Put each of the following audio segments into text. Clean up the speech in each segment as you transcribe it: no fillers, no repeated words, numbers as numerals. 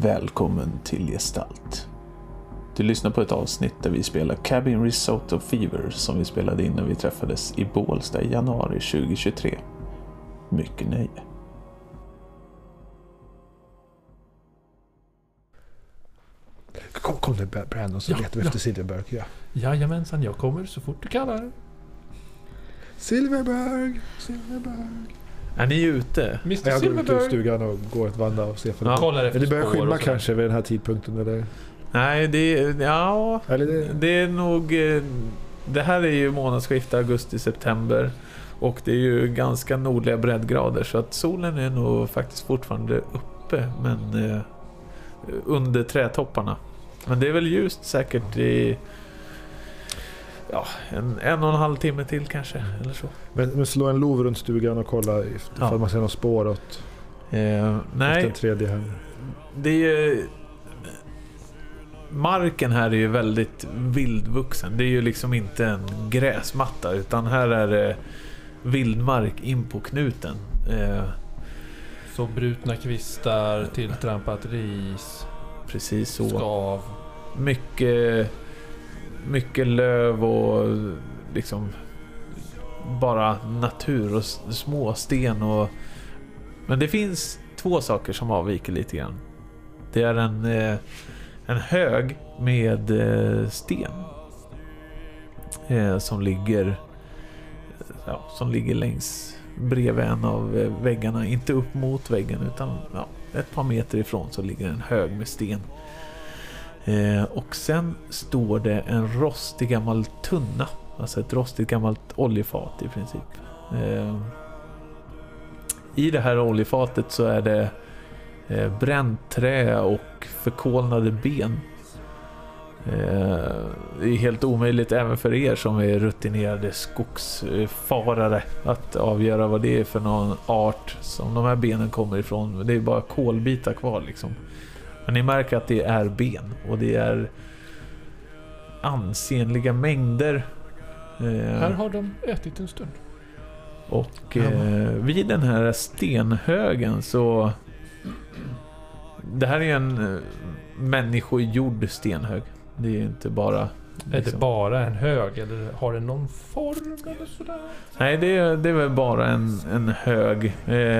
Välkommen till Gestalt. Du lyssnar på ett avsnitt där vi spelar Cabin Risotto Fever som vi spelade in när vi träffades i Bålsta i januari 2023. Mycket nöje. Kom nu Brandon, så letar vi efter Silverberg. Ja. Jajamensan, jag kommer så fort du kallar. Silverberg. Är ni ute? Mr. Jag går ut ur stugan och går ett vandra och ser för det. Det börjar skymma kanske vid den här tidpunkten eller? Nej, det är nog. Det här är ju månadsskiftet augusti-september och det är ju ganska nordliga breddgrader så att solen är nog faktiskt fortfarande uppe men under trädtopparna. Men det är väl ljust säkert i en och en halv timme till kanske eller så. Men slå en lov runt stugan och kolla ifall man ser något spår åt nej, den tredje här. det är ju, marken här är ju väldigt vildvuxen. Det är ju liksom inte en gräsmatta utan här är det vildmark in på knuten. Så brutna kvistar, tilltrampat ris, precis så. Skav. Mycket löv och liksom bara natur och små sten men det finns två saker som avviker lite grann. Det är en hög med sten som ligger längs bredvid en av väggarna, inte upp mot väggen utan ett par meter ifrån så ligger en hög med sten. Och sen står det en rostig gammal tunna, alltså ett rostigt gammalt oljefat i princip. I det här oljefatet så är det bränt trä och förkolnade ben. Det är helt omöjligt även för er som är rutinerade skogsfarare att avgöra vad det är för någon art som de här benen kommer ifrån. Det är bara kolbitar kvar liksom. Men ni märker att det är ben och det är ansenliga mängder. Här har de ätit en stund. Och vid den här stenhögen så det här är en människogjord stenhög. Det är inte bara liksom. Är det bara en hög eller har det någon form eller sådär? Nej, det är väl bara en hög.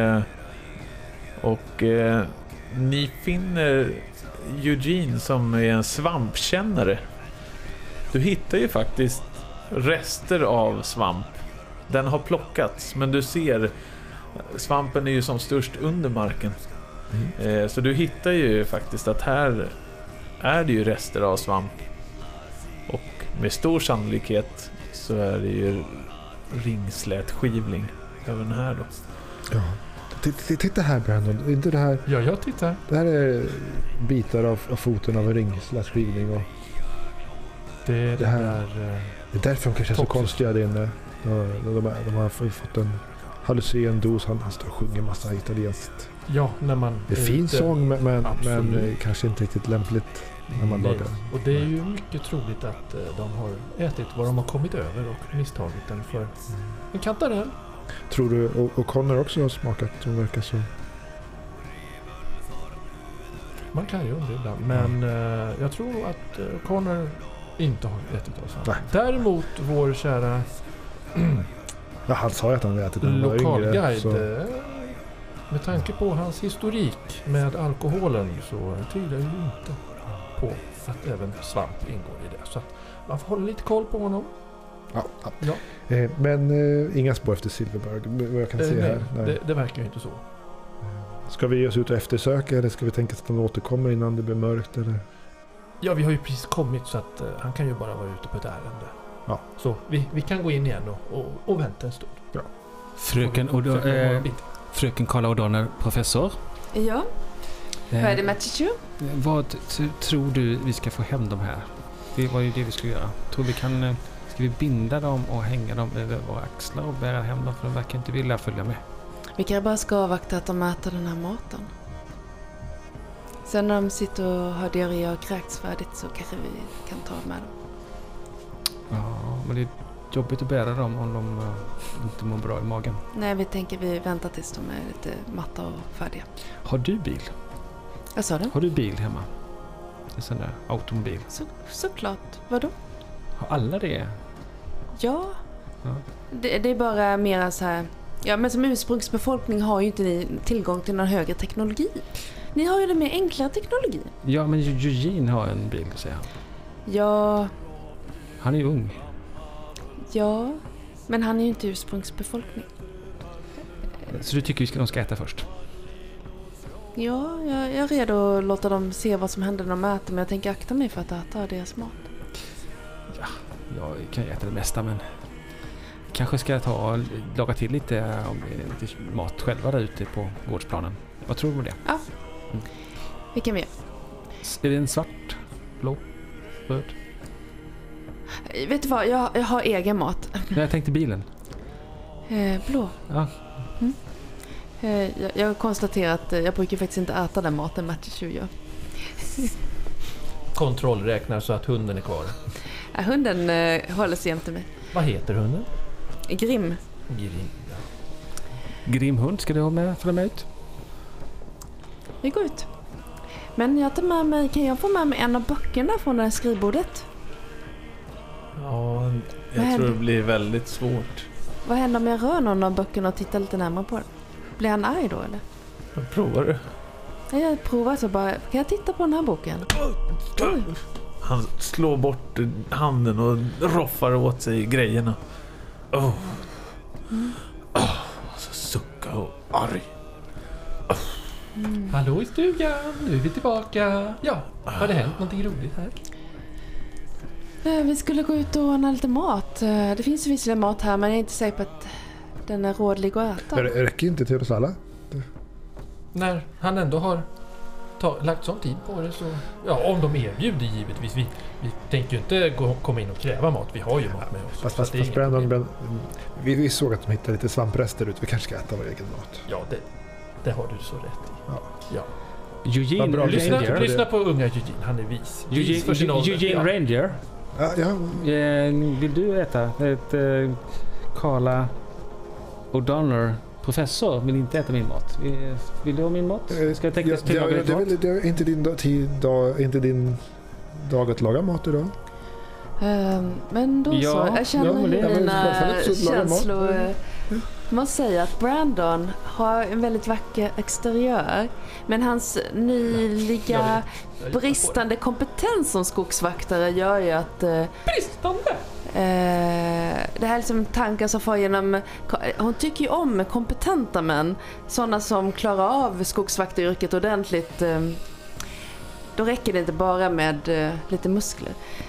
Ni finner Eugene som är en svampkännare. Du hittar ju faktiskt rester av svamp. Den har plockats, men du ser svampen är ju som störst under marken. Så du hittar ju faktiskt att här är det ju rester av svamp. Och med stor sannolikhet så är det ju ringslät skivling över den här då. Ja. Titta här Brandon, inte det här. Ja, jag tittar. Det här är bitar av foten av en ringslät skivling och det här det är därför de kanske är så konstiga där inne. De har fått en hallucinogen dos. Han står och sjunger massa italienskt. Ja, när man det är fin sång men kanske inte riktigt lämpligt när man lagar. Och det är ju mycket troligt att de har ätit vad de har kommit över och misstagit den för en kantarell. Tror du och Connor också har smakat som verkar så? Man kan ju undra ibland. Men jag tror att Connor inte har ätit oss. Däremot vår kära han sa ju att han ätit en lokalguide med tanke på hans historik med alkoholen så tyder ju inte på att även svamp ingår i det. Så att man får hålla lite koll på honom. Ja. Men inga spår efter Silverberg vad jag kan se här. Nej. Det verkar ju inte så. Ska vi ge oss ut och eftersöka eller ska vi tänka att han återkommer innan det blir mörkt eller? Ja, vi har ju precis kommit så att han kan ju bara vara ute på ett ärende. Ja. Så vi kan gå in igen och vänta en stund. Ja. Fröken Carla O'Donnell, professor. Ja. Vad är det med Chichu? Vad tror du vi ska få hem de här? Det var ju det vi skulle göra. Tror vi ska vi binda dem och hänga dem över våra axlar och bära hem dem för de verkar inte vilja följa med. Vi kan bara ska avvakta att de äter den här maten. Sen när de sitter och har diarré och kräkts färdigt så kanske vi kan ta med dem. Ja, men det är jobbigt att bära dem om de inte mår bra i magen. Nej, vi tänker vi väntar tills de är lite matta och färdiga. Har du bil? Vad sa du? Har du bil hemma? En sån där automobil. Såklart. Vadå? Har alla det? Ja. Ja. Det är bara mer så här... Ja, men som ursprungsbefolkning har ju inte ni tillgång till någon högre teknologi. Ni har ju det med enklare teknologi. Ja, men Eugene har en bil, säger han. Ja, Han är ju ung. ja. Men han är ju inte ursprungsbefolkning. Så du tycker de ska äta först? Ja, jag är redo att låta dem se vad som händer när de äter. Men jag tänker akta mig för att äta deras mat. Ja, jag kan ju äta det mesta, men... Kanske ska jag laga till lite mat själva där ute på gårdsplanen. Vad tror du om det? Ja, vilken vi är. Är det en svart? Blå? Röd? Vet du vad, jag har egen mat. Nej, jag tänkte bilen. Blå. Ja. Jag har konstaterat att jag brukar faktiskt inte äta den maten Mattichu gör. Kontroll räknar så att hunden är kvar. Ja, hunden håller sig jämte mig. Vad heter hunden? Grim. Grim, ja. Grimhund, ska du ha med? Följa med ut? Vi går ut. Men jag tar med mig, kan jag få med mig en av böckerna från det här skrivbordet? Ja, jag tror det blir väldigt svårt. Vad händer om jag rör någon av böckerna och tittar lite närmare på den? Blir han arg då eller? Jag provar det. Jag provar så bara, kan jag titta på den här boken? Oj. Han slår bort handen och roffar åt sig grejerna. Så sucka och arg. Hallå i stugan, nu är vi tillbaka. Ja, har det hänt någonting roligt här? Vi skulle gå ut och ordna lite mat. Det finns ju visserligen mat här, men jag är inte säker på att den är rådlig att äta. Det räcker inte till oss alla. När han ändå har lagt sån tid på det så... Ja, om de erbjuder givetvis. Vi tänker ju inte komma in och kräva mat. Vi har ju mat med oss. Fast Brandon, vi såg att de hittade lite svamprester ut. Vi kanske ska äta vår egen mat. Ja, det har du så rätt i. Ja. Eugene Ranger. Lyssna på unga Eugene, han är vis. Eugene Ranger. Ja. Vill du äta ett Carla O'Donnell professor vill inte äta min mat. Vill du ha min mat? Ska jag tänka till laga mat? Det är inte din dag att laga mat idag. Men då så. Jag känner mina känslor. Man säger att Brandon har en väldigt vacker exteriör, men hans nyliga bristande kompetens som skogsvaktare gör ju att... Bristande? Det här är liksom tankar som får genom... Hon tycker ju om kompetenta män, sådana som klarar av skogsvaktaryrket ordentligt. Då räcker det inte bara med lite muskler.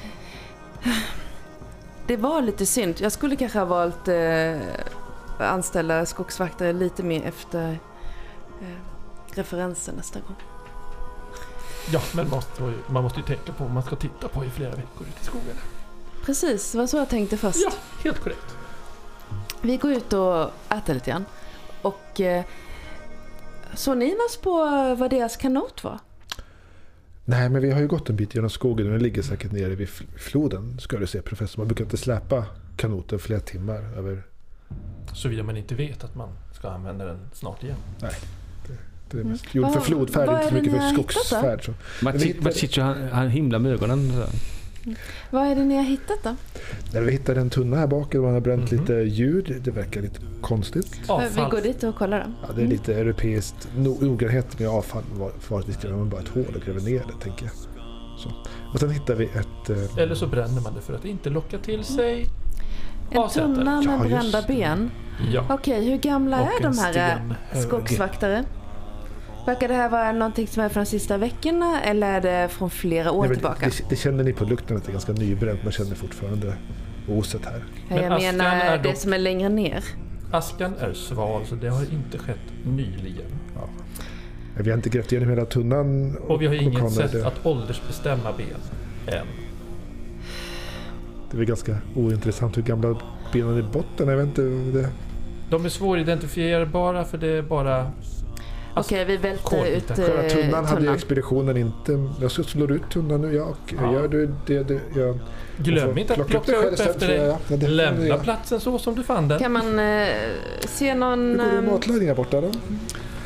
Det var lite synd. Jag skulle kanske ha valt anställa skogsvaktare lite mer efter referenser nästa gång. Ja, men man måste ju tänka på vad man ska titta på i flera veckor ute i skogen. Precis, det var så jag tänkte först. Ja, helt korrekt. Vi går ut och äter lite grann. Och såg ni något på vad deras kanot var? Nej, men vi har ju gått en bit genom skogen och den ligger säkert nere vid floden, ska du se, professor. Man brukar inte släpa kanoten flera timmar över... Såvida man inte vet att man ska använda den snart igen. Nej, det är mest gjort för flodfärd, inte så mycket för skogsfärd. Mattichu, han himlar med ögonen. Vad är det ni har hittat då? När vi hittade en tunna här bak och man har bränt lite djur. Det verkar lite konstigt. Vi går dit och kollar då. Ja, det är lite europeiskt noggrannhet med avfall. Varför gräver man bara ett hål och gräver ner det, tänker jag. Så. Och sen hittar vi ett... Eller så bränner man det för att inte locka till sig en tunna med brända ben. Ja. Okej, hur gamla är de här skogsvaktare? Verkar det här vara någonting som är från de sista veckorna eller är det från flera år tillbaka? Det känner ni på lukten att det är ganska nybränt. Man känner fortfarande oset här. Jag menar det som är längre ner. Askan är sval så det har inte skett nyligen. Ja. Vi har inte grävt igenom hela tunnan. Och vi har inget sätt att åldersbestämma ben än. Det är väl ganska ointressant hur gamla benen i botten. Jag vet inte det... De är svåridentifierbara för det är bara... Okej, vi välter ut tunnan hade expeditionen inte... Jag ska slå ut tunnan nu. Gör du det? Glöm inte att plocka upp efter dig. Lämna platsen så som du fann den. Kan man se någon... Hur går det i matlagningen borta då?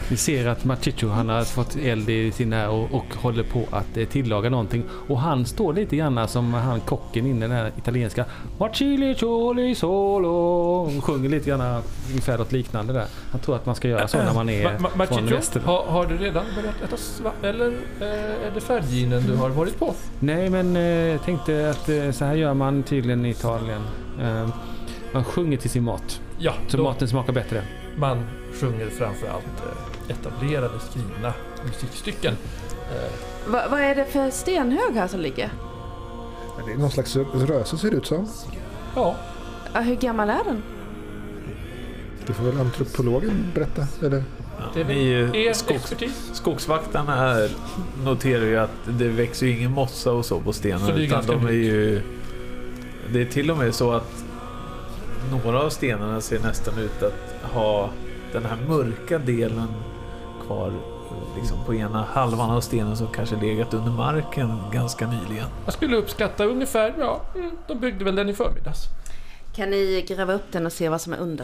Vi ser att Machicho, han har fått eld i sina och håller på att tillaga någonting. Och han står lite grann som han kocken inne, den här italienska Machili choli solo. Sjunger lite grann ungefär åt liknande där. Han tror att man ska göra så när man är från resten. Har du redan börjat äta eller är det färgginen du har varit på? Nej, men jag tänkte att så här gör man tydligen i Italien. Man sjunger till sin mat. Ja, så maten smakar bättre. Man sjunger framförallt etablerade skrivna musikstycken. Vad är det för stenhög här som ligger? Det är någon slags röse ser det ut som. Ja. Hur gammal är den? Det får väl antropologen berätta, eller? Ja, vi skogsvaktarna här noterar ju att det växer ju ingen mossa och så på stenen, så utan de är ju... Det är till och med så att några av stenarna ser nästan ut att ha den här mörka delen kvar liksom på ena halvan av stenen som kanske legat under marken ganska nyligen. Jag skulle uppskatta ungefär, de byggde väl den i förmiddags. Kan ni gräva upp den och se vad som är under?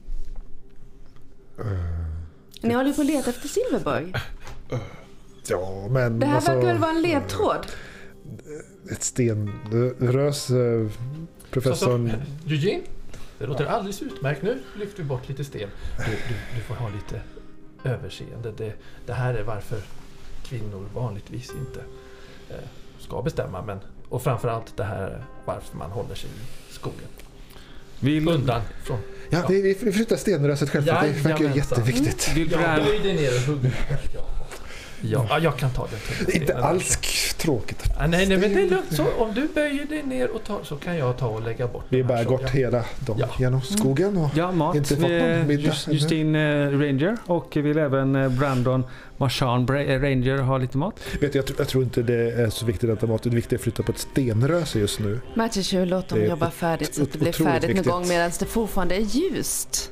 Ni håller på att leta efter Silverberg. Ja, men... Det här verkar väl vara en ledtråd? Ett stenrös, professorn... Eugene? Det låter alldeles utmärkt. Nu lyfter vi bort lite sten. Du får ha lite överseende. Det här är varför kvinnor vanligtvis inte ska bestämma. Och framförallt det här varför man håller sig i skogen. Undan från... Ja, vi flyttar stenröset själv. Det verkar jätteviktigt. Böj dig ner och hugg. Ja, jag kan ta det. Det är inte alls tråkigt. Nej, men det är lugnt. Så om du böjer dig ner och tar, så kan jag ta och lägga bort. Vi har bara gått hela dagen genom skogen och mat. Inte fått någon middag. Justine Ranger och vi vill även Brandon Marchand Ranger ha lite mat. Jag tror inte det är så viktigt att ta mat. Det är viktigt att flytta på ett stenröse just nu. Matcher, låt dem jobba färdigt så att det blir färdigt någon gång medan det fortfarande är ljust.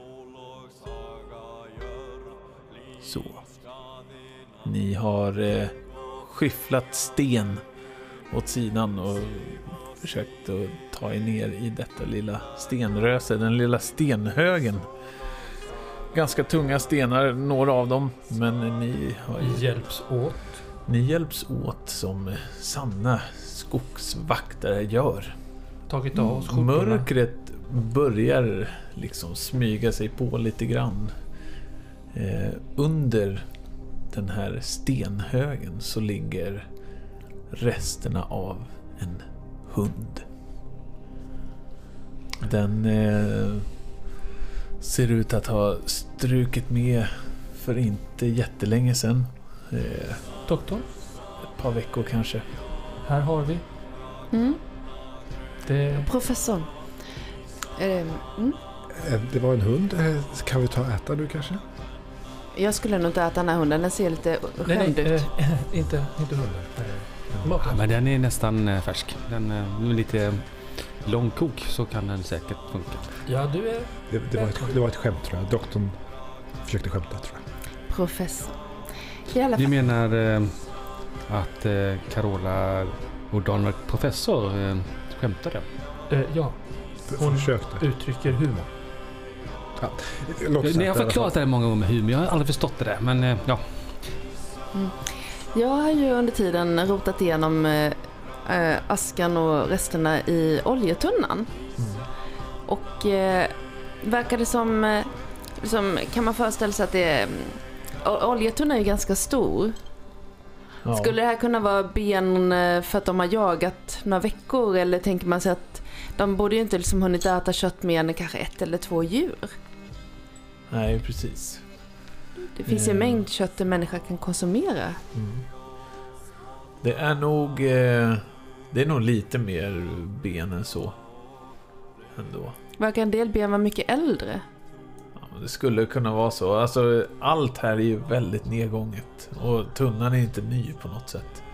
Så. Ni har skyfflat sten åt sidan och försökt att ta er ner i detta lilla stenröse, den lilla stenhögen. Ganska tunga stenar, några av dem, men ni hjälps åt. Ni hjälps åt som sanna skogsvaktare gör. Tagit av oss skjortorna. Mörkret börjar liksom smyga sig på lite grann. Under den här stenhögen så ligger resterna av en hund. Den ser ut att ha strukit med för inte jättelänge sedan. Doktor? Ett par veckor kanske. Här har vi. Professor. Det var en hund. Kan vi ta och äta nu kanske? Jag skulle nog inte äta den här hunden. Den ser lite skämd ut. Inte hunden. Men den är nästan färsk. Den är lite långkok, så kan den säkert funka. Ja, du är... Det var ett skämt, tror jag. Doktorn försökte skämta, tror jag. Professor. Vi menar att Carola O'Donnell, professor, skämtade. Ja. Hon försökte. Uttrycker humor. Ja. Jag har förklarat det många gånger med humor. Jag har aldrig förstått det där, men ja. Jag har ju under tiden rotat igenom askan och resterna i oljetunnan. Och verkar det som kan man föreställa sig att det är... Oljetunnan är ju ganska stor. Ja. Skulle det här kunna vara ben för att de har jagat några veckor, eller tänker man sig att de borde ju inte liksom hunnit äta kött mer än kanske 1 eller 2 djur? Nej, precis. Det finns ju en mängd kött en människa kan konsumera. Det är nog lite mer ben än så ändå. Verkar en del ben vara mycket äldre? Ja, det skulle kunna vara så. Alltså, allt här är ju väldigt nedgånget. Och tunnan är inte ny på något sätt.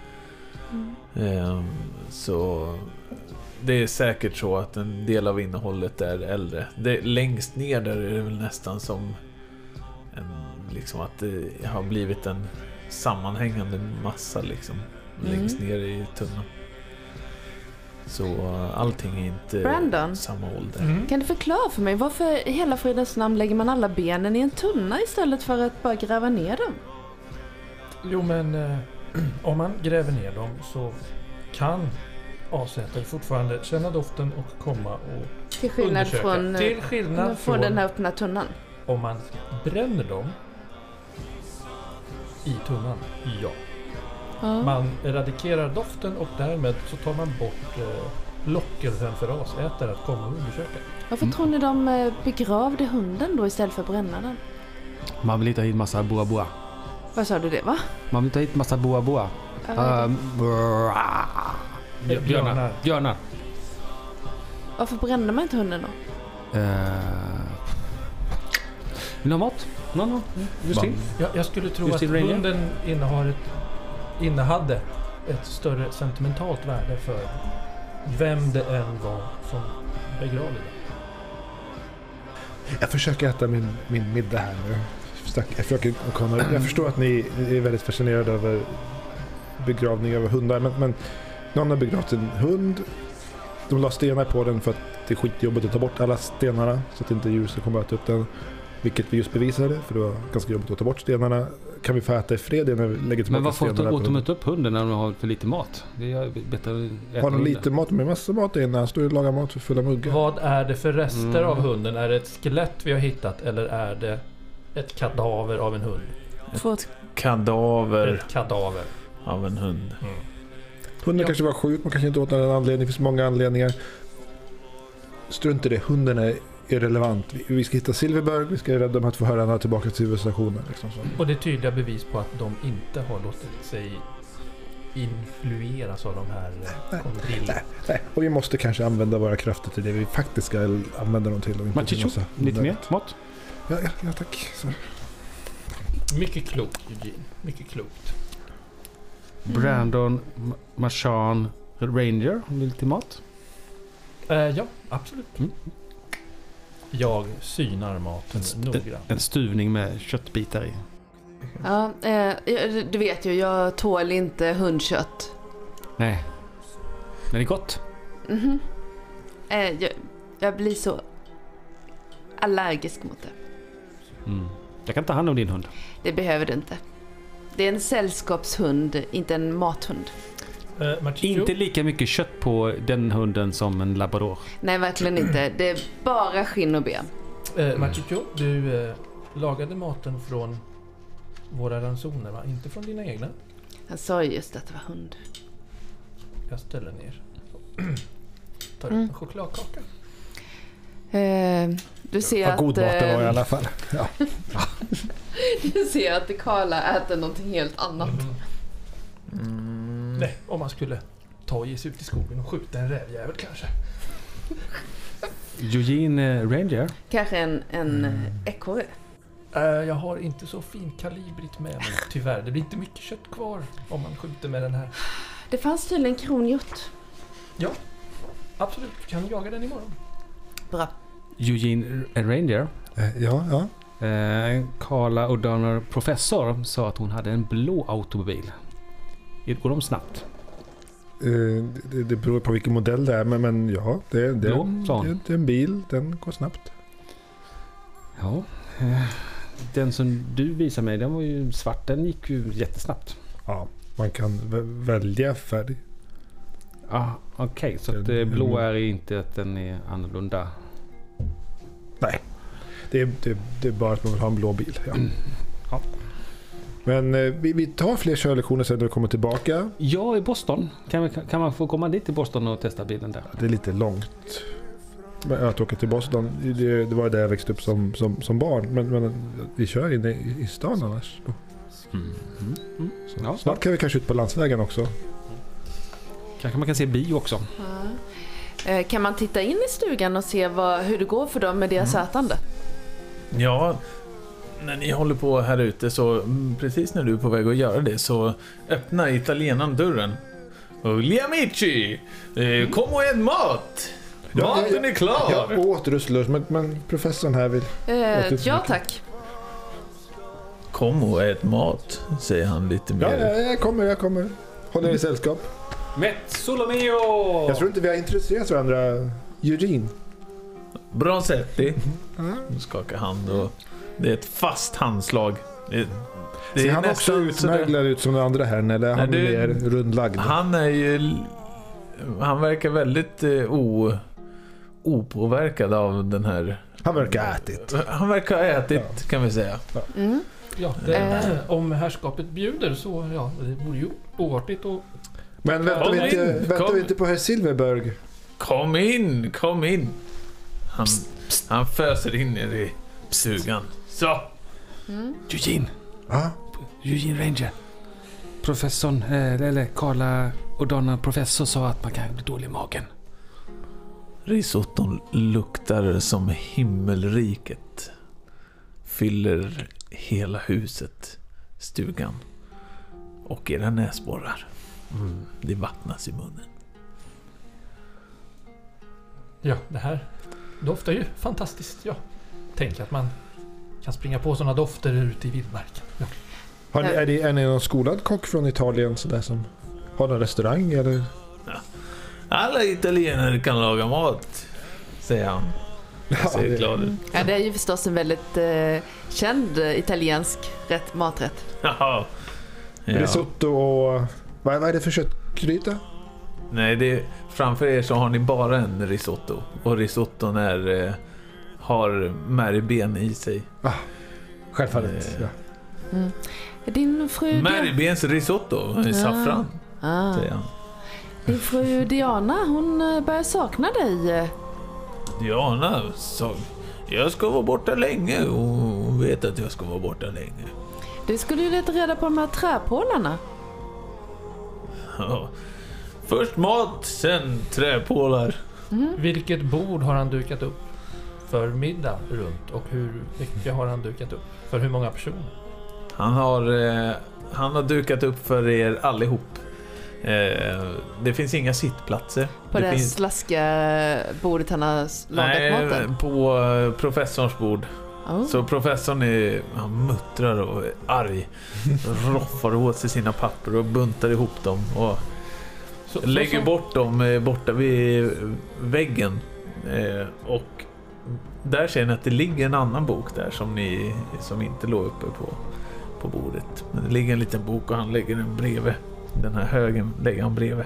Så det är säkert så att en del av innehållet är äldre. Längst ner där är det väl nästan som liksom att det har blivit en sammanhängande massa liksom, längst ner i tunnan. Så allting är inte Brandon, samma ålder. Kan du förklara för mig varför i hela fridens namn lägger man alla benen i en tunna istället för att bara gräva ner dem? Jo, men om man gräver ner dem så kan asätare fortfarande känna doften och komma och till skillnad från den här öppna tunnan. Om man bränner dem i tunnan, ja. Man eradikerar doften och därmed så tar man bort lockelsen för asätare att komma och undersöka. Varför tror ni de begravde hunden då istället för att bränna den? Man vill inte ha hit massa boa-boa. Vad sa du det, va? Man vill ta hit massa boa-boa. Björnar. Varför brände man inte hunden då? Vill du ha mat? No. Jag skulle tro att hunden innehade ett större sentimentalt värde för vem det än var som begravde den. Jag försöker äta min middag här nu. Jag förstår att ni är väldigt fascinerade över begravning av hundar, men någon har begravt en hund. De la stenar på den för att det är skitjobbigt att ta bort alla stenarna så att inte djur ska komma och äta upp den. Vilket vi just bevisade, för det var ganska jobbigt att ta bort stenarna. Kan vi få äta i fred när vi lägger tillbaka stenarna? Men varför åt de inte upp hunden när de har för lite mat? Det är bättre att har de lite mat med massa mat innan? Han står och lagar mat för fulla muggar. Vad är det för rester av hunden? Är det ett skelett vi har hittat eller är det ett kadaver av en hund? Ett kadaver av en hund. Hunden kanske var sjuk, man kanske inte åt någon anledning. Det finns många anledningar. Strunt i det, hunden är irrelevant. Vi ska hitta Silverberg, vi ska rädda dem att få höra henne tillbaka till civilisationen. Liksom så. Och det är tydliga bevis på att de inte har låtit sig influeras av de här kontrollerna. Nej, och vi måste kanske använda våra krafter till det vi faktiskt ska använda dem till. Machicho, lite mer mat? Ja, tack. Så. Mycket klokt, Eugene. Mycket klokt. Brandon, Marchand, Ranger, lite mat? Ja, absolut. Jag synar maten noggrant. En stuvning med köttbitar i. Ja, du vet ju, jag tål inte hundkött. Nej. Men det är gott. Jag blir så allergisk mot det. Jag kan ta hand om din hund. Det behöver du inte. Det är en sällskapshund, inte en mathund. Inte lika mycket kött på den hunden som en labrador. Nej, verkligen inte. Det är bara skinn och ben. Machicho, du lagade maten från våra ransoner, va? Inte från dina egna? Jag sa just att det var hund. Jag ställer ner. Tar upp en chokladkaka. Du ser att... Vad god mat det var i alla fall. Ja. Du ser att Carla äter någonting helt annat. Nej, om man skulle ta och ge sig ut i skogen och skjuta en rävjävel kanske. Eugene Ranger? Kanske en ekorre. Jag har inte så fin kalibrigt med mig, tyvärr. Det blir inte mycket kött kvar om man skjuter med den här. Det fanns tydligen kronhjort. Ja, absolut. Du kan jaga den imorgon. Bra. Eugene Ranger? Ja. Carla O'Donnell, professor, sa att hon hade en blå automobil. Går de snabbt? Det beror på vilken modell det är, men ja, det är en bil, den går snabbt. Ja, den som du visade mig, den var ju svart, den gick ju jättesnabbt. Ja, man kan välja färg. Ja, okej, så att blå är inte att den är annorlunda. Nej, det är bara att man vill ha en blå bil. Ja. Ja. Men vi tar fler körlektioner sen när vi kommer tillbaka. Ja, i Boston. Kan man få komma dit till Boston och testa bilen där? Det är lite långt att åka till Boston. Det var där jag växte upp som barn. Men vi kör inne i stan annars. Så snart kan vi kanske ut på landsvägen också. Kanske man kan se bio också. Ja. Kan man titta in i stugan och se hur det går för dem med deras ätande? Ja, när ni håller på här ute så precis när du är på väg att göra det så öppnar italienaren dörren. Och gli amici, kom och ät mat! Maten är klar! Jag åt russlös, men professorn här vill... ja, tack. Kom och ät mat, säger han lite mer. Ja, jag kommer. Håller i sällskap. Mezzolomeo! Jag tror inte vi har introducerat varandra. Eugene. Bronzetti. Nu skakar hand och det är ett fast handslag. Det ser han också utmärglad ut som de andra här, eller han är mer rundlagd? Han verkar väldigt opåverkad av den här. Han verkar ha ätit. Han verkar ha ätit, kan vi säga. Ja, om herrskapet bjuder så det vore ju oartigt och... Men väntar vi inte på herr Silverberg? Kom in. Han föser in er i stugan. Så. Eugene. Eugene Ranger. Professorn, eller Carla O'Donnell professor sa att man kan bli dålig i magen. Risotton luktar som himmelriket. Fyller hela huset, stugan och era näsborrar. Det vattnas i munnen. Ja, det här doftar ju fantastiskt. Ja. Tänk att man kan springa på sådana dofter ute i vildmarken. Ja. Är ni någon skolad kock från Italien sådär som har en restaurang eller? Ja. Alla italienare kan laga mat, säger han. Ser glad ut. Ja, det är ju förstås en väldigt känd italiensk maträtt. Ja. Risotto och... Vad är det för köttgryta? Nej, framför er så har ni bara en risotto. Och risotton har märgben i sig. Självfallet, ja. Din fru... Märgbens risotto i saffran, säger han. Din fru Diana, hon börjar sakna dig. Diana sa, jag ska vara borta länge och hon vet att jag ska vara borta länge. Du skulle ju leta reda på de här träpålarna. Ja. Först mat, sen träpålar. Vilket bord har han dukat upp för middag runt och hur mycket har han dukat upp? För hur många personer? Han har dukat upp för er allihop. Det finns inga sittplatser. På det slaska bordet han har lagat maten? På professorns bord. Så professorn han muttrar och är arg. Roffar åt sig sina papper och buntar ihop dem och lägger bort dem borta vid väggen. Och där ser ni att det ligger en annan bok där som inte låg uppe på bordet. Men det ligger en liten bok och han lägger den bredvid. Den här högen lägger han bredvid.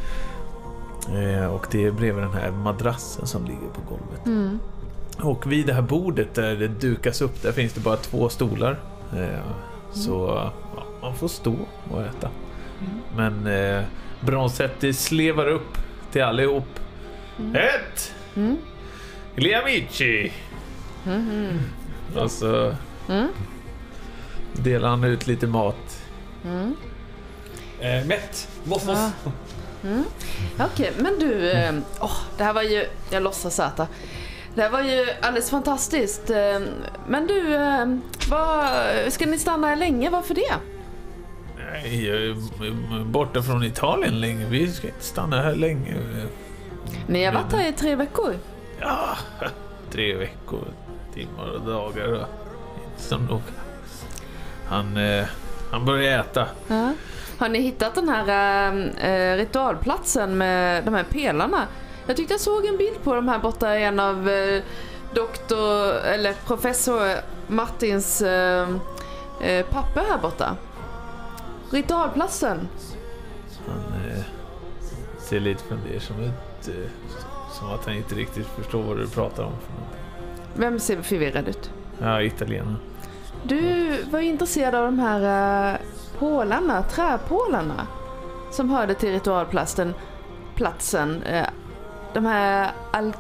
Och det är bredvid den här madrassen som ligger på golvet. Och vid det här bordet där det dukas upp, där finns det bara 2 stolar. Så man får stå och äta. Men Bronzetti slevar upp till allihop. Ett! Gli amici! Och så delar han ut lite mat. Mätt! Voffos! Okej, men du... det här var ju... Jag låtsas äta. Det här var ju alldeles fantastiskt. Men du, ska ni stanna här länge? Varför det? Nej, jag är borta från Italien länge. Vi ska inte stanna här länge. Ni har varit här i 3 veckor. Ja, 3 veckor, timmar och dagar. Och inte så nog. Han börjar äta. Ja. Har ni hittat den här ritualplatsen med de här pelarna? Jag tyckte jag såg en bild på de här borta i en av professor Martins papper här borta. Ritualplatsen. Han ser lite fundersam ut. Som att han inte riktigt förstår vad du pratar om. Vem ser förvirrad ut? Ja, italienare. Du var intresserad av de här träpålarna som hörde till ritualplatsen. De här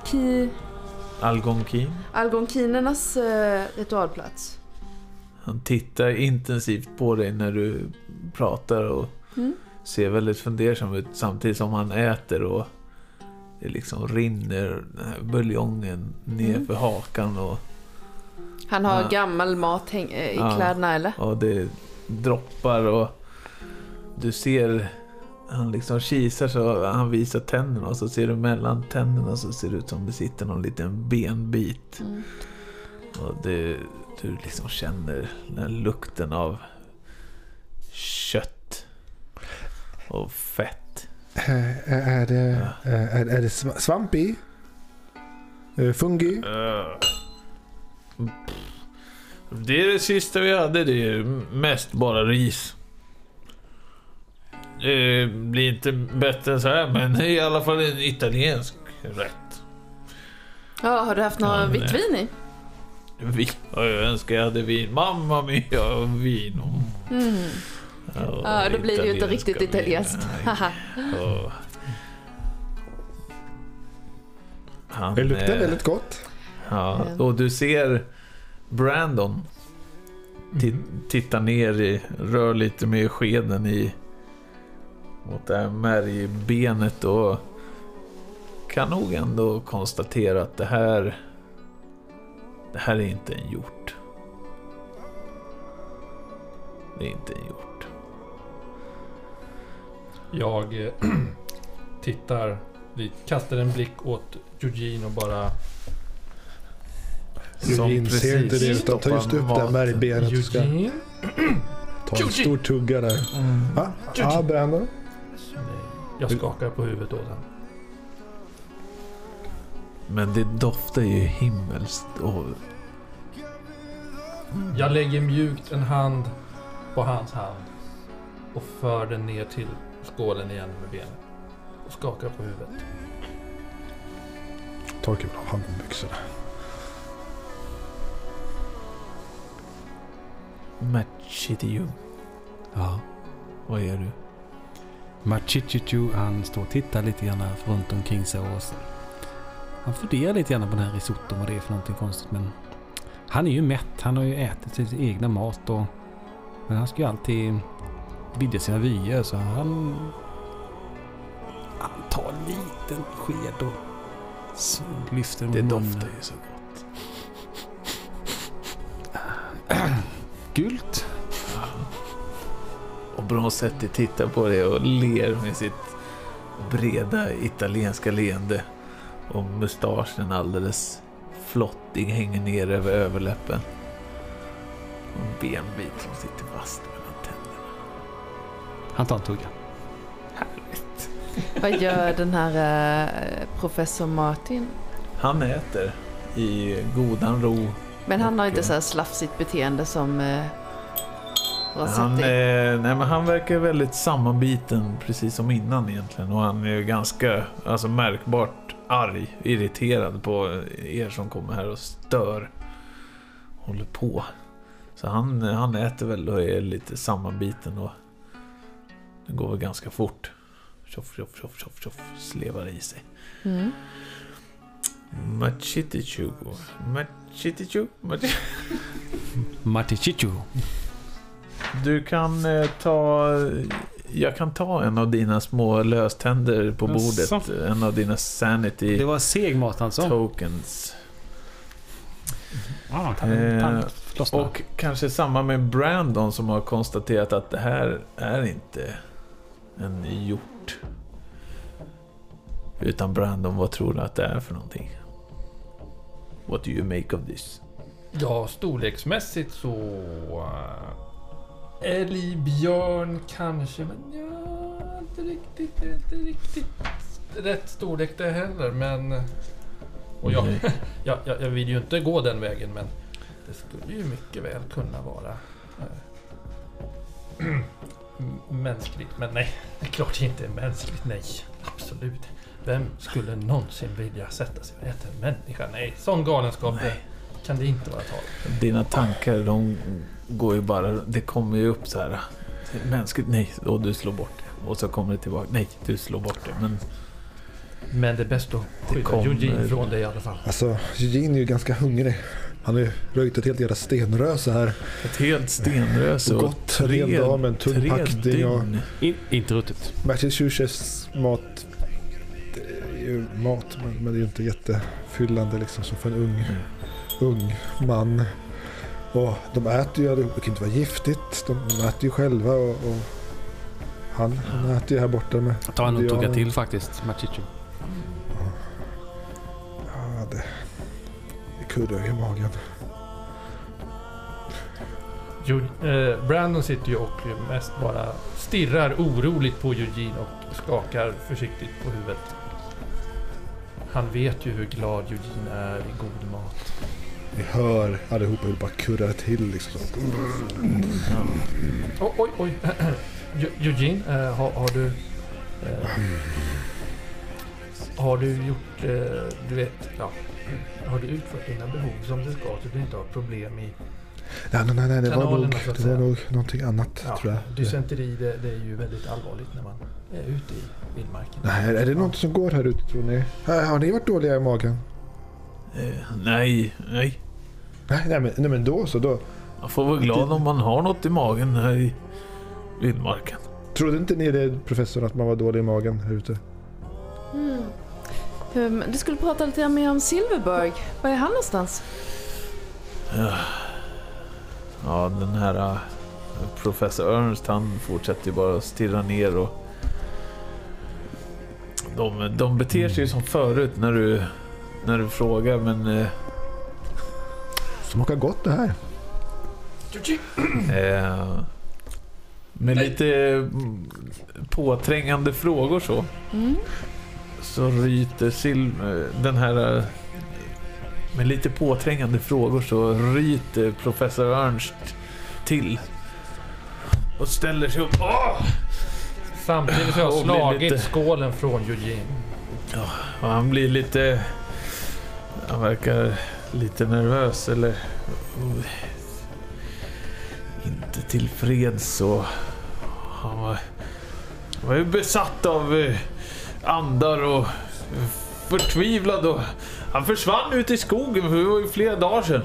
algonkinernas ritualplats. Han tittar intensivt på dig när du pratar och ser väldigt fundersam ut samtidigt som han äter och det liksom rinner den här buljongen ner för hakan och han har gammal mat i kläderna eller? Och det droppar och du ser han liksom kisar så han visar tänderna och så ser du mellan tänderna så ser det ut som det sitter någon liten benbit. Och du liksom känner den lukten av kött och fett. Är det svamp i? Fungi? Det är det sista vi hade. Det är mest bara ris. Det blir inte bättre än så här, men det är i alla fall en italiensk rätt. Ja, har du haft något vitt vin i? Jag önskar jag hade vin. Mamma mia, vin. Ja, då blir det ju inte riktigt italienskt. Det luktar väldigt gott. Ja, och du ser Brandon titta ner rör lite med skeden mot det här märgbenet och kan nog ändå konstatera att det här är inte en hjort. Det är inte en hjort. Jag tittar dit, kastar en blick åt Eugene och bara... Eugene ser inte det utan tar just upp det här märgbenet och ska ta en stor tugga där. Ja, Brandon. Jag skakar på huvudet åt honom. Men det doftar ju himmelskt och... Jag lägger mjukt en hand på hans hand och för den ner till skålen igen med benen och skakar på huvudet. Torkar väl av handbyxorna. Machitiu. Ja. Vad är du? Machitiu, han står och tittar lite grann runt omkring sig och han funderar lite grann på den här risotton, vad det är för någonting konstigt, men han är ju mätt, han har ju ätit sin egna mat men han ska ju alltid vidga sina vyer, så han tar en liten sked och lyfter det doftar ju så gott. Gult. Och bra sätt att titta på det och ler med sitt breda italienska leende och mustaschen alldeles flottig hänger ner över överläppen och en benbit som sitter fast mellan tänderna. Han tar en tugga. Härligt. Vad gör den här professor Martin? Han äter i godan ro. Men han har inte så här slafsigt beteende som han verkar väldigt sammanbiten precis som innan egentligen, och han är ganska märkbart arg, irriterad på er som kommer här och stör, håller på. Så han äter väl och är lite sammanbiten och det går väl ganska fort. Tjoff, slevar i sig. Machitiu. Du kan jag kan ta en av dina små löständer på bordet. En av dina sanity. Det var segmat alltså. Tokens. Och kanske samma med Brandon som har konstaterat att det här är inte en hjort. Utan Brandon, vad tror du att det är för någonting? What do you make of this? Ja, storleksmässigt så... älg, björn kanske, men inte riktigt rätt storlek det heller, men... Och jag vill ju inte gå den vägen, men det skulle ju mycket väl kunna vara mänskligt. Men nej, det är klart det inte är mänskligt, nej, absolut. Vem skulle någonsin vilja sätta sig och äta en människa? Nej, sån galenskap kan det inte vara tal. Dina tankar, de går ju bara, det kommer ju upp så här mänskligt, nej, och du slår bort det. Och så kommer det tillbaka, nej, du slår bort det. Men det är bäst att skydda Eugene från det i alla fall. Alltså, Eugene är ju ganska hungrig. Han har ju röjt ett helt jävla stenröse här. Ett helt stenröse och gått 3 dagar med en tung packning och... Inte ruttet. Machitus mat, det är ju mat, men det är ju inte jättefyllande liksom som för en ung man. Och de äter ju, det kan inte vara giftigt, de äter ju själva och han äter ju här borta med... Ta en och tugga till faktiskt, Machichu. Ja, det kurrar i magen. Brandon sitter ju och mest bara stirrar oroligt på Eugene och skakar försiktigt på huvudet. Han vet ju hur glad Eugene är i god mat. Ni hör allihopa hur det bara kurrar till liksom. Oj. Eugene, har du gjort, du vet, ja, har du utfört dina behov som du ska så du inte har problem i nej, det var nog någonting annat, tror jag. Dysenteri, det är ju väldigt allvarligt när man är ute i vildmarken. Nej, är det något som går här ute, tror ni? Har ni varit dåliga i magen? Nej. Nej, men då så då. Man får vara glad om man har något i magen här i vildmarken. Trodde inte ni det, professorn, att man var dålig i magen här ute? Du skulle prata lite mer om Silverberg. Var är han någonstans? Ja, den här professor Ernst, han fortsätter ju bara att stirra ner och de beter sig som förut när du frågar, men smakar gott det här. Med lite påträngande frågor så ryter den här med lite påträngande frågor så ryter professor Ernst till och ställer sig upp. Samtidigt så har jag slagit skålen från Eugene. Ja, och han blir lite, han verkar lite nervös eller inte tillfreds, och han var ju besatt av andar och förtvivlad, och han försvann ut i skogen för det var ju flera dagar sedan.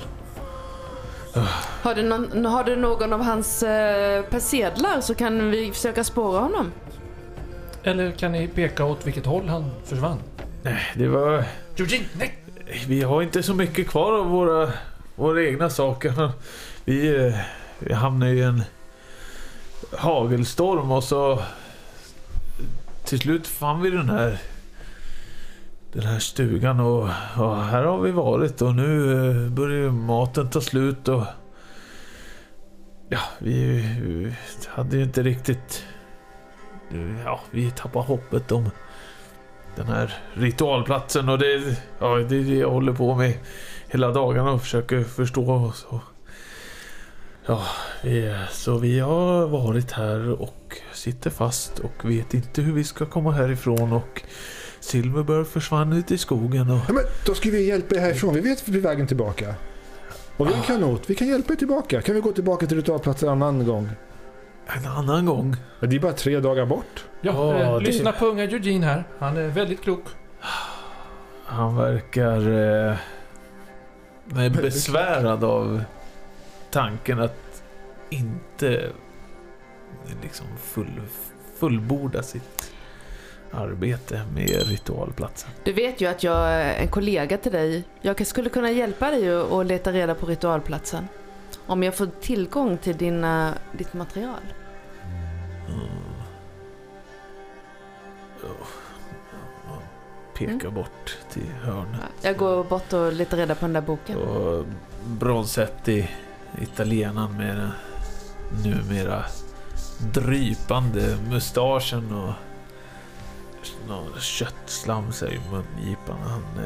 Har du någon av hans persedlar så kan vi försöka spåra honom. Eller kan ni peka åt vilket håll han försvann? Nej, det var... Eugene, nej! Vi har inte så mycket kvar av våra egna saker. Vi hamnade i en hagelstorm och så till slut fann vi den här stugan och här har vi varit, och nu börjar maten ta slut och ja, vi hade ju inte riktigt, ja, vi tappade hoppet om den här ritualplatsen, och det är det jag håller på med hela dagarna och försöker förstå. Så vi har varit här och sitter fast och vet inte hur vi ska komma härifrån, och Silverberg försvann ut i skogen. Och... Ja, men då ska vi hjälpa er härifrån. Vi vet vägen tillbaka. Och vi är kanot. Vi kan hjälpa er tillbaka. Kan vi gå tillbaka till ritualplatsen en annan gång? En annan gång? Ja, det är bara 3 dagar bort. Ja, lyssna på unga Eugene här. Han är väldigt klok. Han verkar besvärad av tanken att inte liksom fullborda sitt arbete med ritualplatsen. Du vet ju att jag är en kollega till dig. Jag skulle kunna hjälpa dig och leta reda på ritualplatsen. Om jag får tillgång till ditt material. Pekar bort till hörnet. Jag går bort och letar reda på den där boken. Och Bronzetti, italienaren med den numera drypande mustaschen och någon köttslam i mungipan.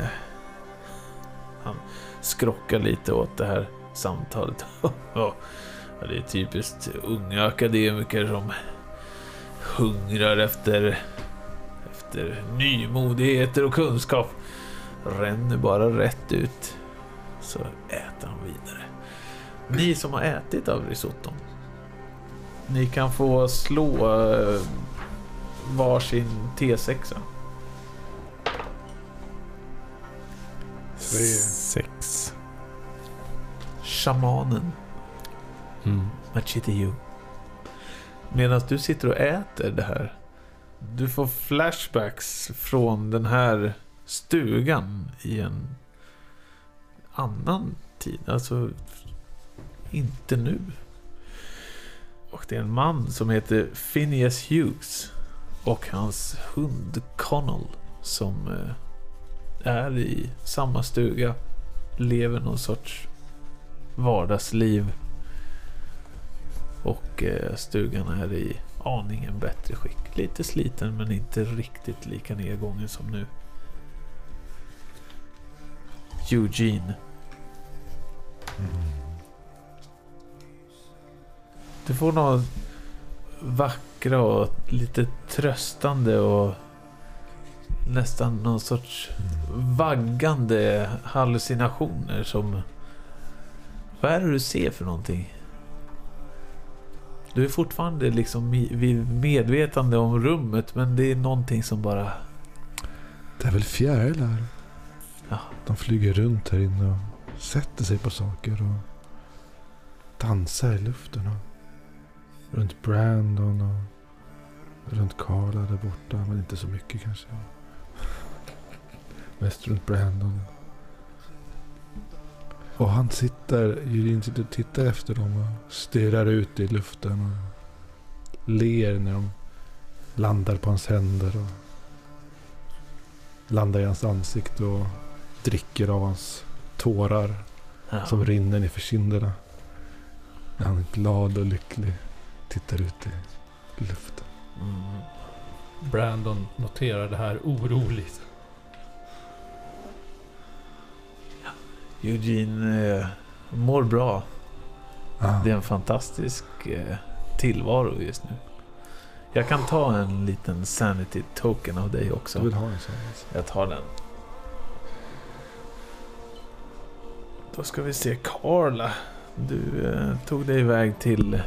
Han skrockar lite åt det här samtalet. Det är typiskt unga akademiker som hungrar efter nymodigheter och kunskap. Ränner bara rätt ut, så äter han vidare. Ni som har ätit av risotton, ni kan få slå varsin T6. 6. Shamanen. Machitio. Medan du sitter och äter det här, du får flashbacks från den här stugan i en annan tid. Alltså inte nu. Och det är en man som heter Phineas Hughes och hans hund Connell som är i samma stuga, lever någon sorts vardagsliv, och stugan är i aningen bättre skick. Lite sliten men inte riktigt lika nedgången som nu. Eugene. Du får något vackra och lite tröstande och nästan någon sorts vaggande hallucinationer som... Vad är det du ser för någonting? Du är fortfarande liksom vid medvetande om rummet, men det är någonting som bara... Det är väl fjärilar. Ja. De flyger runt här inne och sätter sig på saker och dansar i luften och runt Brandon och runt Carla där borta, men inte så mycket kanske. Mest runt Brandon. Och han Eugene sitter och tittar efter dem och stirrar ut i luften och ler när de landar på hans händer och landar i hans ansikte och dricker av hans tårar som rinner ner för kinderna. När han är glad och lycklig tittar ut i luften. Brandon noterar det här oroligt. Eugene mår bra. Det är en fantastisk tillvaro just nu. Jag kan ta en liten sanity token av dig också. Jag vill ha en sån. Jag tar den. Då ska vi se. Carla, du tog dig iväg till...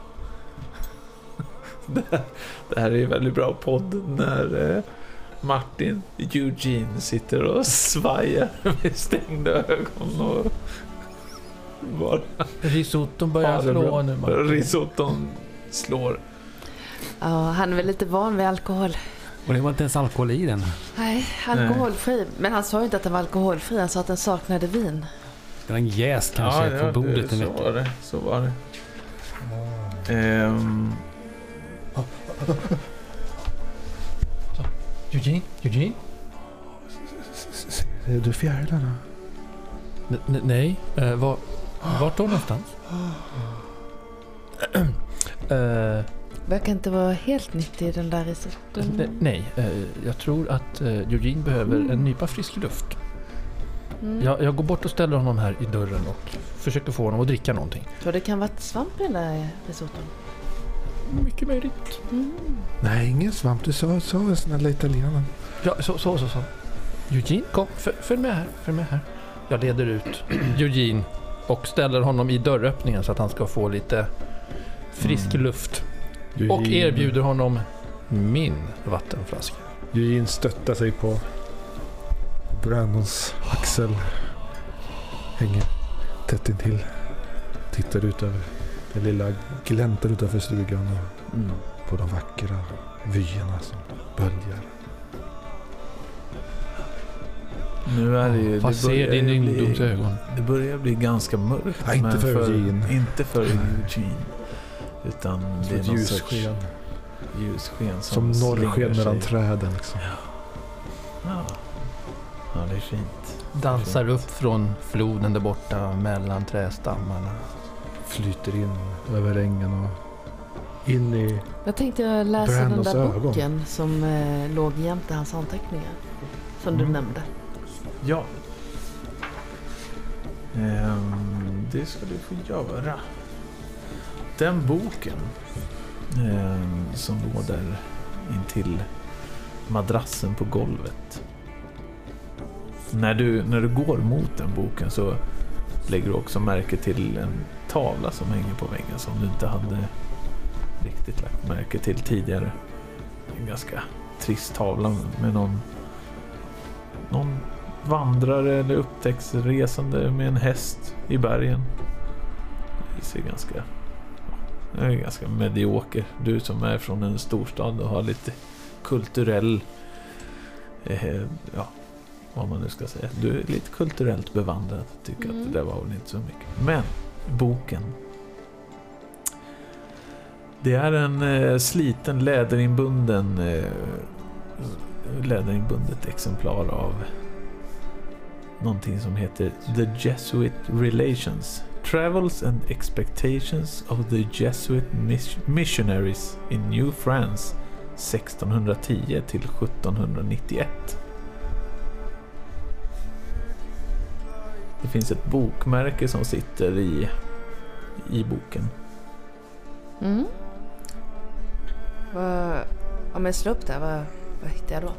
Det här är ju väldigt bra podd när Martin Eugene sitter och svajar med stängda ögon och bara... Risotton börjar slå nu, Martin. Risotton slår. Ja, han är väl lite van vid alkohol. Och det var inte ens alkohol i den. Nej, alkoholfri. Men han sa ju inte att den var alkoholfri. Han sa att den saknade vin. Det var en jäs kanske på bordet. Så var det. Eugene? Ser du fjärilarna? Nej. Vart då någonstans? Verkar inte vara helt nyttig i den där risotton. Nej, jag tror att Eugene behöver en nypa frisk luft. Jag går bort och ställer honom här i dörren och försöker få honom att dricka någonting. Tror det kan vara ett svamp i den där risotton? Mycket möjligt. Nej, ingen svamp. Du sa en sån här italienare. Ja, så. Eugene, kom, följ med här. Jag leder ut Eugene och ställer honom i dörröppningen så att han ska få lite frisk luft. Eugene. Och erbjuder honom min vattenflaska. Eugene stöttar sig på Brandons axel. Hänger tätt intill. Tittar ut över den lilla gläntan utanför stugan och på de vackra vyerna som böljar. Nu är det ju... Vad ser din ungdomsögon? Det börjar bli ganska mörkt. Ja, inte för Eugene. Inte för Eugene. Utan det är någon ljussken. Ljussken som norrsken mellan träden liksom. Ja, det är fint. Dansar upp från floden där borta mellan trästammarna. Flyter in över ängen och in i... Jag tänkte läsa Brandos den där ögon. boken som låg jämte hans anteckningar. Som du nämnde. Ja. Det ska du få göra. Den boken som låg där intill madrassen på golvet. När du går mot den boken så lägger du också märke till en tavla som hänger på väggen som du inte hade riktigt lagt märke till tidigare. En ganska trist tavla med någon vandrare eller upptäcktsresande med en häst i bergen. Det ser ganska medioker. Du som är från en storstad och har lite kulturell vad man nu ska säga. Du är lite kulturellt bevandrad. Tycker att det där var väl inte så mycket. Men boken. Det är en sliten läderinbundet exemplar av någonting som heter The Jesuit Relations travels and expectations of the Jesuit missionaries in New France 1610 till 1791. Det finns ett bokmärke som sitter i boken. Mm. Om jag slår upp där, vad hittar jag då?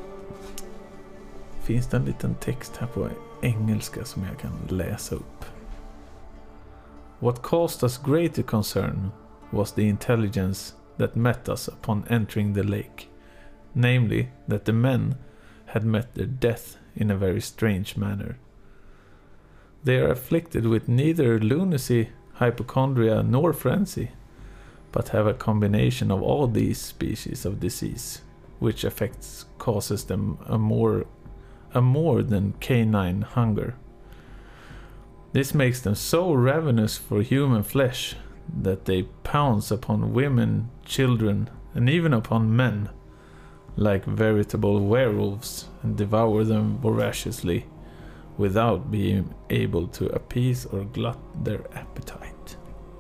Finns det en liten text här på engelska som jag kan läsa upp. What caused us greater concern was the intelligence that met us upon entering the lake, namely that the men had met their death in a very strange manner. They are afflicted with neither lunacy, hypochondria nor frenzy, but have a combination of all these species of disease, which causes them a more than canine hunger. This makes them so ravenous for human flesh that they pounce upon women, children, and even upon men, like veritable werewolves, and devour them voraciously, without being able to appease or glut their appetite.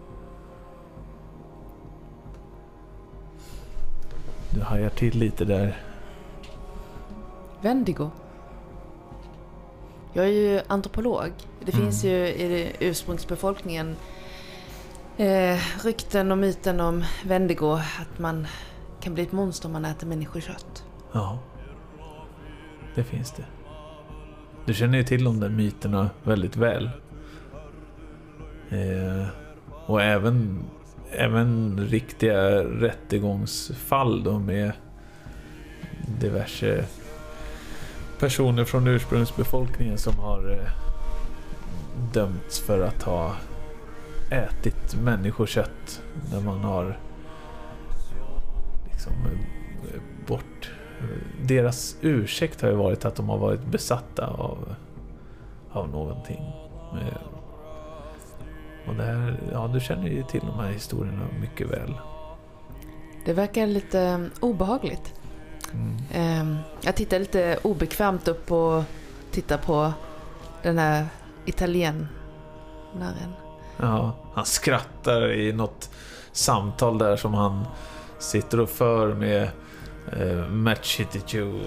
Du hajar till lite där. Wendigo. Jag är ju antropolog. Det finns ju i ursprungsbefolkningen rykten och myten om Wendigo, att man kan bli ett monster om man äter människokött. Ja, det finns det. Du känner ju till de där myterna väldigt väl. Och även riktiga rättegångsfall då med diverse personer från ursprungsbefolkningen som har dömts för att ha ätit människokött, där man har liksom bort. Deras ursäkt har ju varit att de har varit besatta av någonting. Och det här, ja, du känner ju till de här historierna mycket väl. Det verkar lite obehagligt. Jag tittar lite obekvämt upp och tittar på den här italienaren. Ja, han skrattar i något samtal där som han sitter och för med Matchitichu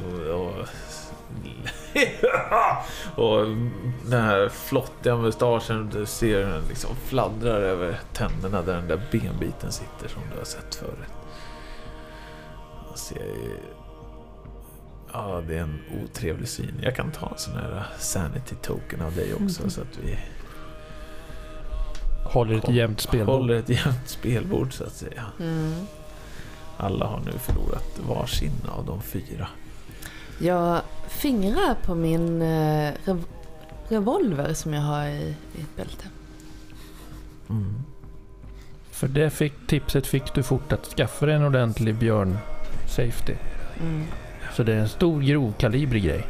och den här flottiga mustaschen, du ser den liksom fladdrar över tänderna där den där benbiten sitter som du har sett förut. Man ser, ja, det är en otrevlig syn. Jag kan ta en sån här sanity token av dig också, så att vi håller ett jämnt spelbord så att säga. Alla har nu förlorat varsin av de 4. Jag fingrar på min revolver som jag har i ett bälte. För det tipset fick du fort att skaffa en ordentlig björn safety. Så det är en stor grovkalibrig grej.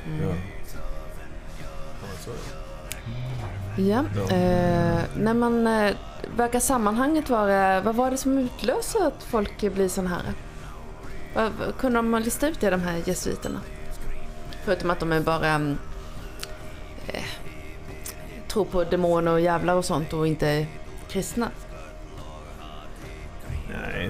Ja, när man verkar sammanhanget vara, vad var det som utlöser att folk blir sån här? Kunde man lista ut det, de här jesuiterna? Förutom att de är bara tror på demoner och jävlar och sånt och inte kristna. Nej,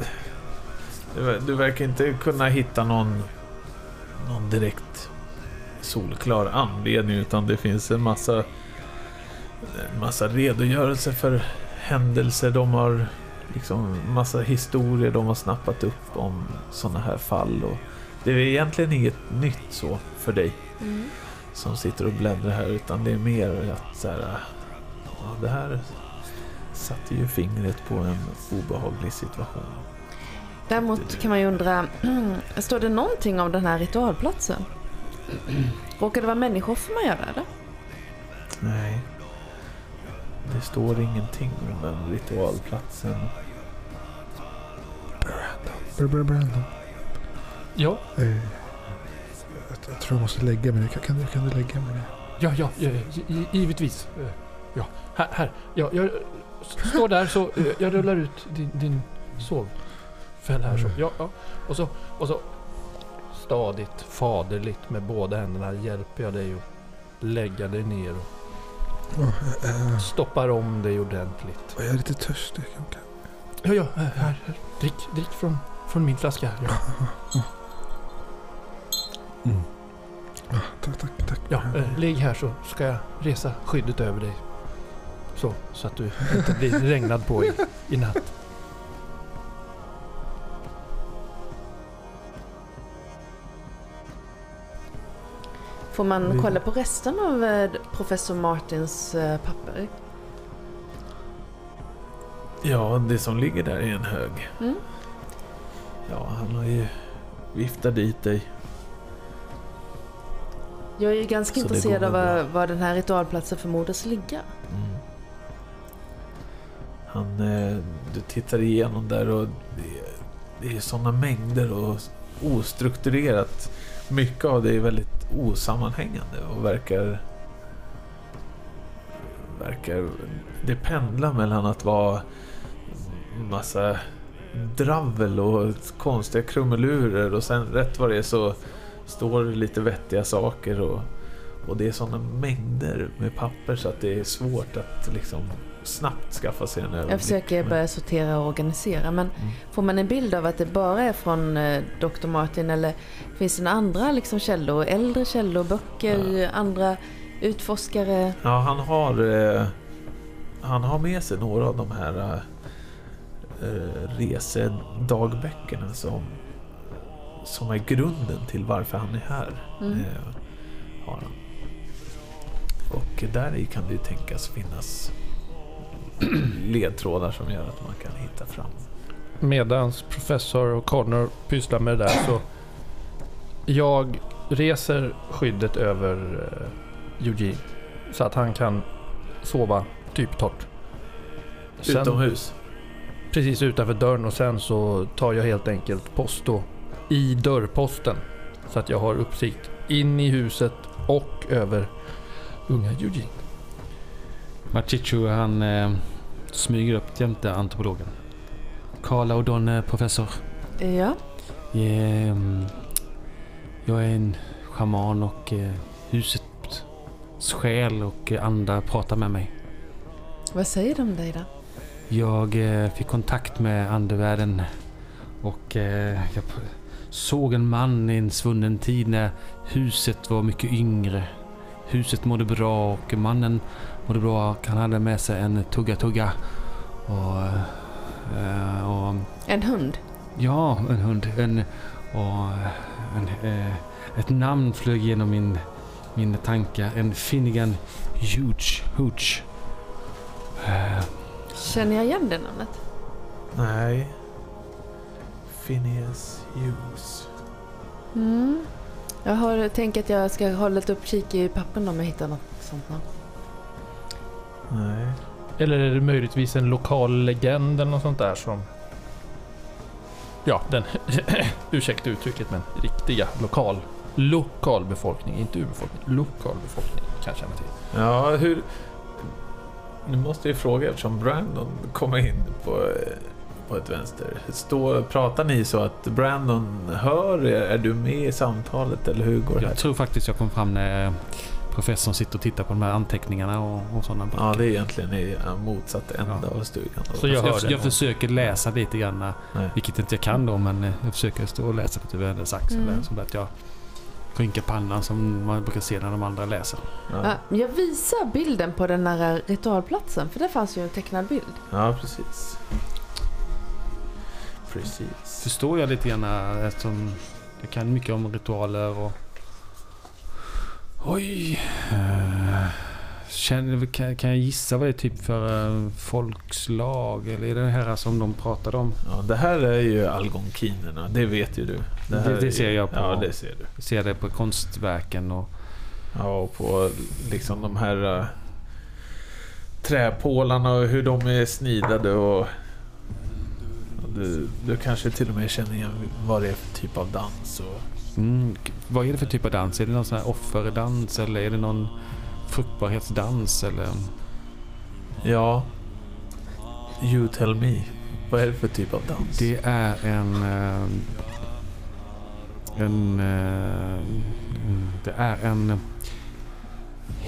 du verkar inte kunna hitta någon direkt solklar anledning, utan det finns en massa redogörelser för händelser. De har liksom massa historier de har snappat upp om såna här fall, och det är egentligen inget nytt så för dig som sitter och bläddrar här, utan det är mer att så här, ja, det här satte ju fingret på en obehaglig situation. Däremot kan man ju undra, står det någonting om den här ritualplatsen? Råkar det vara människor för man gör det, eller? Nej. Det står ingenting om den ritualplatsen. Brandon. Ja. Jag tror jag måste lägga mig. Kan du lägga mig? Ja, givetvis. Ja, här. Jag står där så jag rullar ut din sovfäll här så. Ja. Och så stadigt, faderligt med båda händerna hjälper jag dig att lägga dig ner och Stoppar om dig ordentligt. Jag är lite törstig. Ja, här. Drick från min flaska. Ja. Tack. Ja, ligg här så ska jag resa skyddet över dig. Så att du inte blir regnad på i natt. Får man kolla på resten av professor Martins papper? Ja, det som ligger där är en hög. Ja, han har ju viftat dit dig. Jag är ju ganska intresserad av var den här ritualplatsen förmodas ligga. Du tittar igenom där och det är sådana mängder och ostrukturerat. Mycket av det är väldigt osammanhängande och verkar det pendlar mellan att vara massa dravel och konstiga krumelurer och sen rätt vad det är så står det lite vettiga saker och det är sådana mängder med papper så att det är svårt att liksom snabbt skaffa sig en överblick. Jag försöker börja sortera och organisera, men får man en bild av att det bara är från Dr. Martin eller finns det andra liksom källor, äldre källor, böcker, andra utforskare? Ja, han har med sig några av de här resedagböckerna som är grunden till varför han är här. Har han. Och där i kan det ju tänkas finnas ledtrådar som gör att man kan hitta fram. Medans professor Connor pysslar med det där så jag reser skyddet över Eugene så att han kan sova typ torrt. Utomhus? Precis utanför dörren och sen så tar jag helt enkelt post då i dörrposten så att jag har uppsikt in i huset och över unga Eugene. Machichu han smyger upp jämte antropologen. Carla och Don professor. Ja. Jag är en schaman och husets själ och andra pratar med mig. Vad säger de om dig då? Jag fick kontakt med andevärlden och jag såg en man i en svunnen tid när huset var mycket yngre. Huset mådde bra och mannen mådde bra. Han hade med sig en tugga och en hund? Ja, en hund. Ett namn flög genom min tankar. En Finnegan Hooch. Känner jag igen det namnet? Nej. Phineas Hughes. Jag tänker att jag ska hålla ett uppkik i pappen om jag hittar något sånt namn. Nej. Eller är det möjligtvis en lokal legend eller något sånt där som... Ja, den... ursäkta uttrycket, men riktiga lokalbefolkning, inte urbefolkning. Lokalbefolkning kan känna till. Ja, hur... Nu måste jag fråga eftersom Brandon kommer in på ett vänster. Pratar ni så att Brandon hör er? Är du med i samtalet eller hur går det här? Jag tror faktiskt jag kom fram när professorn sitter och tittar på de här anteckningarna och sådana böcker. Ja, det är egentligen i motsatt ända av stugan. Så jag försöker läsa lite grann, vilket inte jag kan då, men jag försöker stå och läsa lite över hennes axel så att jag rynkar pannan som man brukar se när de andra läser. Ja, jag visar bilden på den här ritualplatsen, för det fanns ju en tecknad bild. Ja, precis. Förstår jag lite grann eftersom jag kan mycket om ritualer och kan jag gissa vad det är typ för folkslag eller är det här som de pratade om? Ja, det här är ju algonkinerna, det vet ju du. Det ser jag på. Ja, det ser du. Jag ser det på konstverken och och på liksom de här träpålarna och hur de är snidade och du kanske till och med känner igen vad det är för typ av dans och... Vad är det för typ av dans? Är det någon sån här offerdans eller är det någon fruktbarhetsdans eller? Ja. You tell me. Vad är det för typ av dans? Det är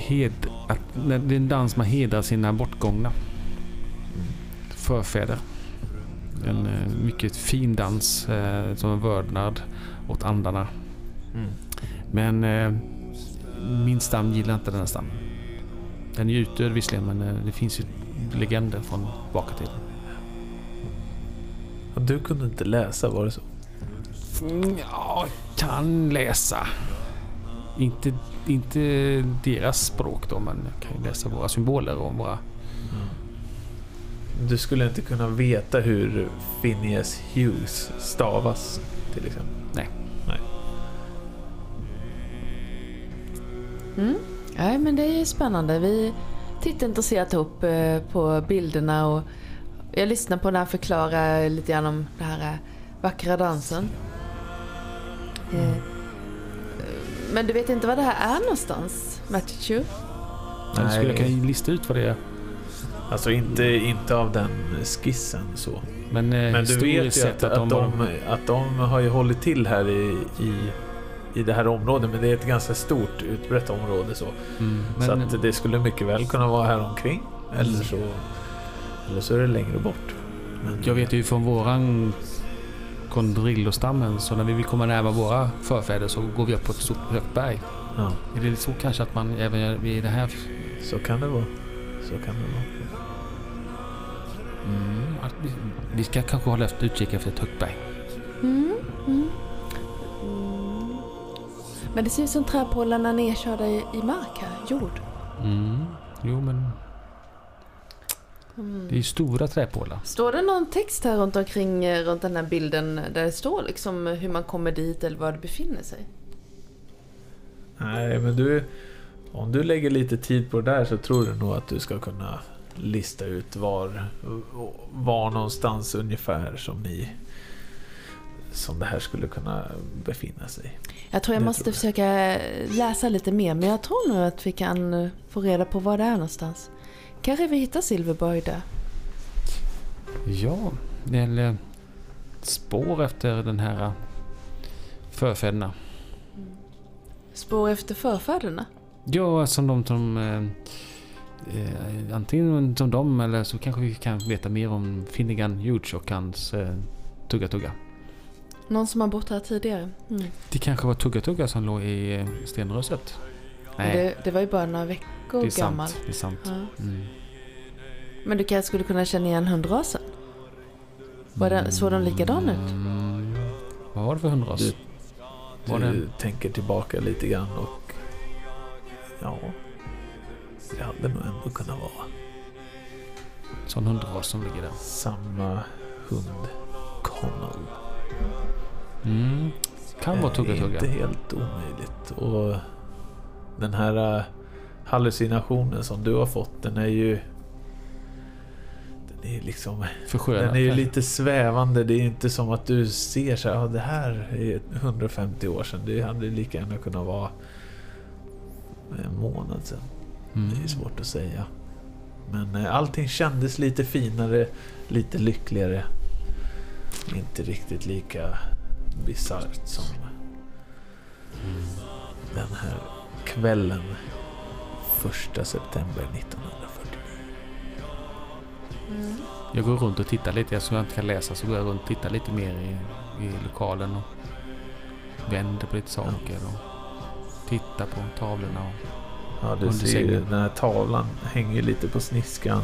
det är en dans man hedrar sina bortgångna förfäder. En mycket fin dans som en vördnad åt andarna. Men min stam gillar inte den stam. Den är utdöd visserligen, men det finns ju legender från baka till. Och du kunde inte läsa, var det så? Ja, kan läsa. Inte deras språk då, men jag kan ju läsa våra symboler och våra... Du skulle inte kunna veta hur Phineas Hughes stavas, till exempel? Nej. Nej, men det är ju spännande. Vi tittar intresserat upp på bilderna och jag lyssnar på den här förklara lite grann om den här vackra dansen. Men du vet inte vad det här är någonstans, Matthew? Nej. Skulle jag kunna lista ut vad det är? Alltså inte av den skissen så. Men du vet ju att de har ju hållit till här i det här området, men det är ett ganska stort utbrett område så. Så att det skulle mycket väl kunna vara här omkring eller så är det längre bort. Men jag vet ju från våran Kondrillo-stammen, så när vi vill komma nära våra förfäder så går vi upp på ett stort högt berg. Ja. Är det så kanske att man även vid det här... Så kan det vara. Vi ska kanske hålla efter utkik efter ett högt berg. Men det ser ut som träpålarna nedkörda i mark här, jord. Jo, men... Det är stora träpålar. Står det någon text här runt den här bilden där det står liksom hur man kommer dit eller var det befinner sig? Nej, men om du lägger lite tid på det där så tror du nog att du ska kunna lista ut var någonstans ungefär som det här skulle kunna befinna sig. Jag tror jag måste försöka läsa lite mer, men jag tror nog att vi kan få reda på var det är någonstans. Kanske vi hittar Silverborg där. Ja, eller spår efter den här förfäderna. Spår efter förfäderna? Ja, som antingen som dem eller så kanske vi kan veta mer om Finnegan Hughes och hans Tugga. Någon som har bott här tidigare. Det kanske var Tugga som låg i stenröset. Nej. Det var ju bara några veckor gammal. Det är sant. Ja. Men du kanske skulle kunna känna igen hundrasen? Såg de likadan ut? Vad var det för hundras? Du tänker tillbaka lite grann och ja, det hade nog ändå kunnat vara sån hundras som ligger där. Samma hund, Connell. Kan vara Tugga. Inte helt omöjligt. Och den här hallucinationen som du har fått, den är liksom förskönad. Den är ju lite svävande. Det är inte som att du ser så här, det här är 150 år sedan. Det hade lika gärna kunnat vara en månad sedan. Det är svårt att säga. Men allting kändes lite finare, lite lyckligare. Inte riktigt lika bisarrt som den här kvällen 1 september 1949. Jag går runt och tittar lite. Så jag inte kan läsa så går jag runt och tittar lite mer i lokalen och vänder på lite saker och tittar på tavlorna. Ja, du ser ju, den här tavlan hänger lite på sniskan.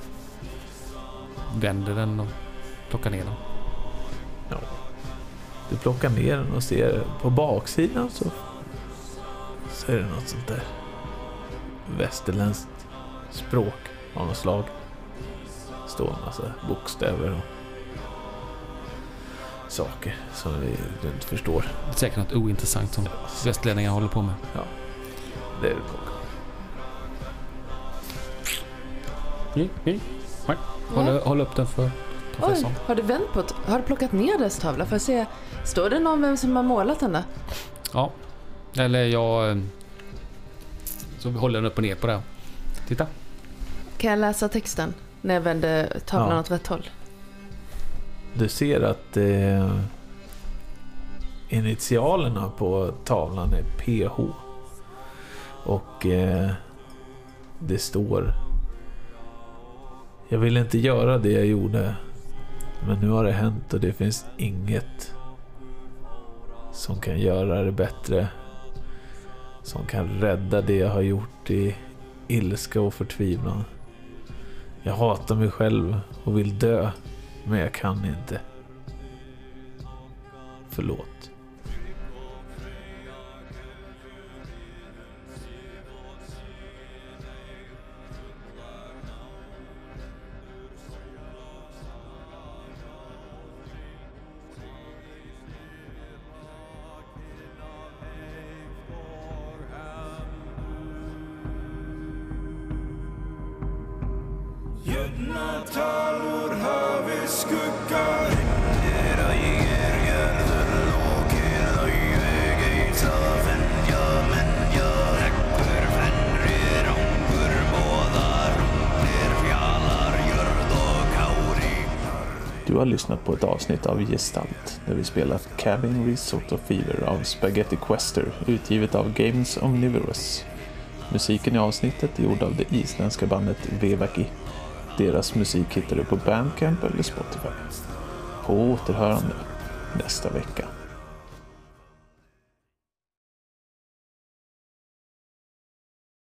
Vänder den och plockar ner den. Ja. Du plockar ner den och ser på baksidan så är det något sånt där västerländskt språk av något slag. Står en massa bokstäver och saker som vi inte förstår. Det är säkert något ointressant som västlänningar håller på med. Ja, det är det nog. Håll upp den för professorn. Oj, har du plockat ner dess tavla? För att se, står det någon vem som har målat den där? Ja, eller jag så vi håller den upp och ner på det. Titta. Kan jag läsa texten när jag vänder tavlan åt rätt håll? Du ser att initialerna på tavlan är PH. Och det står. Jag ville inte göra det jag gjorde, men nu har det hänt och det finns inget som kan göra det bättre, som kan rädda det jag har gjort i ilska och förtvivlan. Jag hatar mig själv och vill dö, men jag kan inte. Förlåt. Gödna tallor hör vi skuggar. Du har lyssnat på ett avsnitt av Gestalt där vi spelat Cabin Risotto Fever av Spaghetti Quester, utgivet av Games Omnivorous. Musiken i avsnittet är gjord av det isländska bandet Vevaki. Deras musik hittar du på Bandcamp eller Spotify. På återhörande nästa vecka.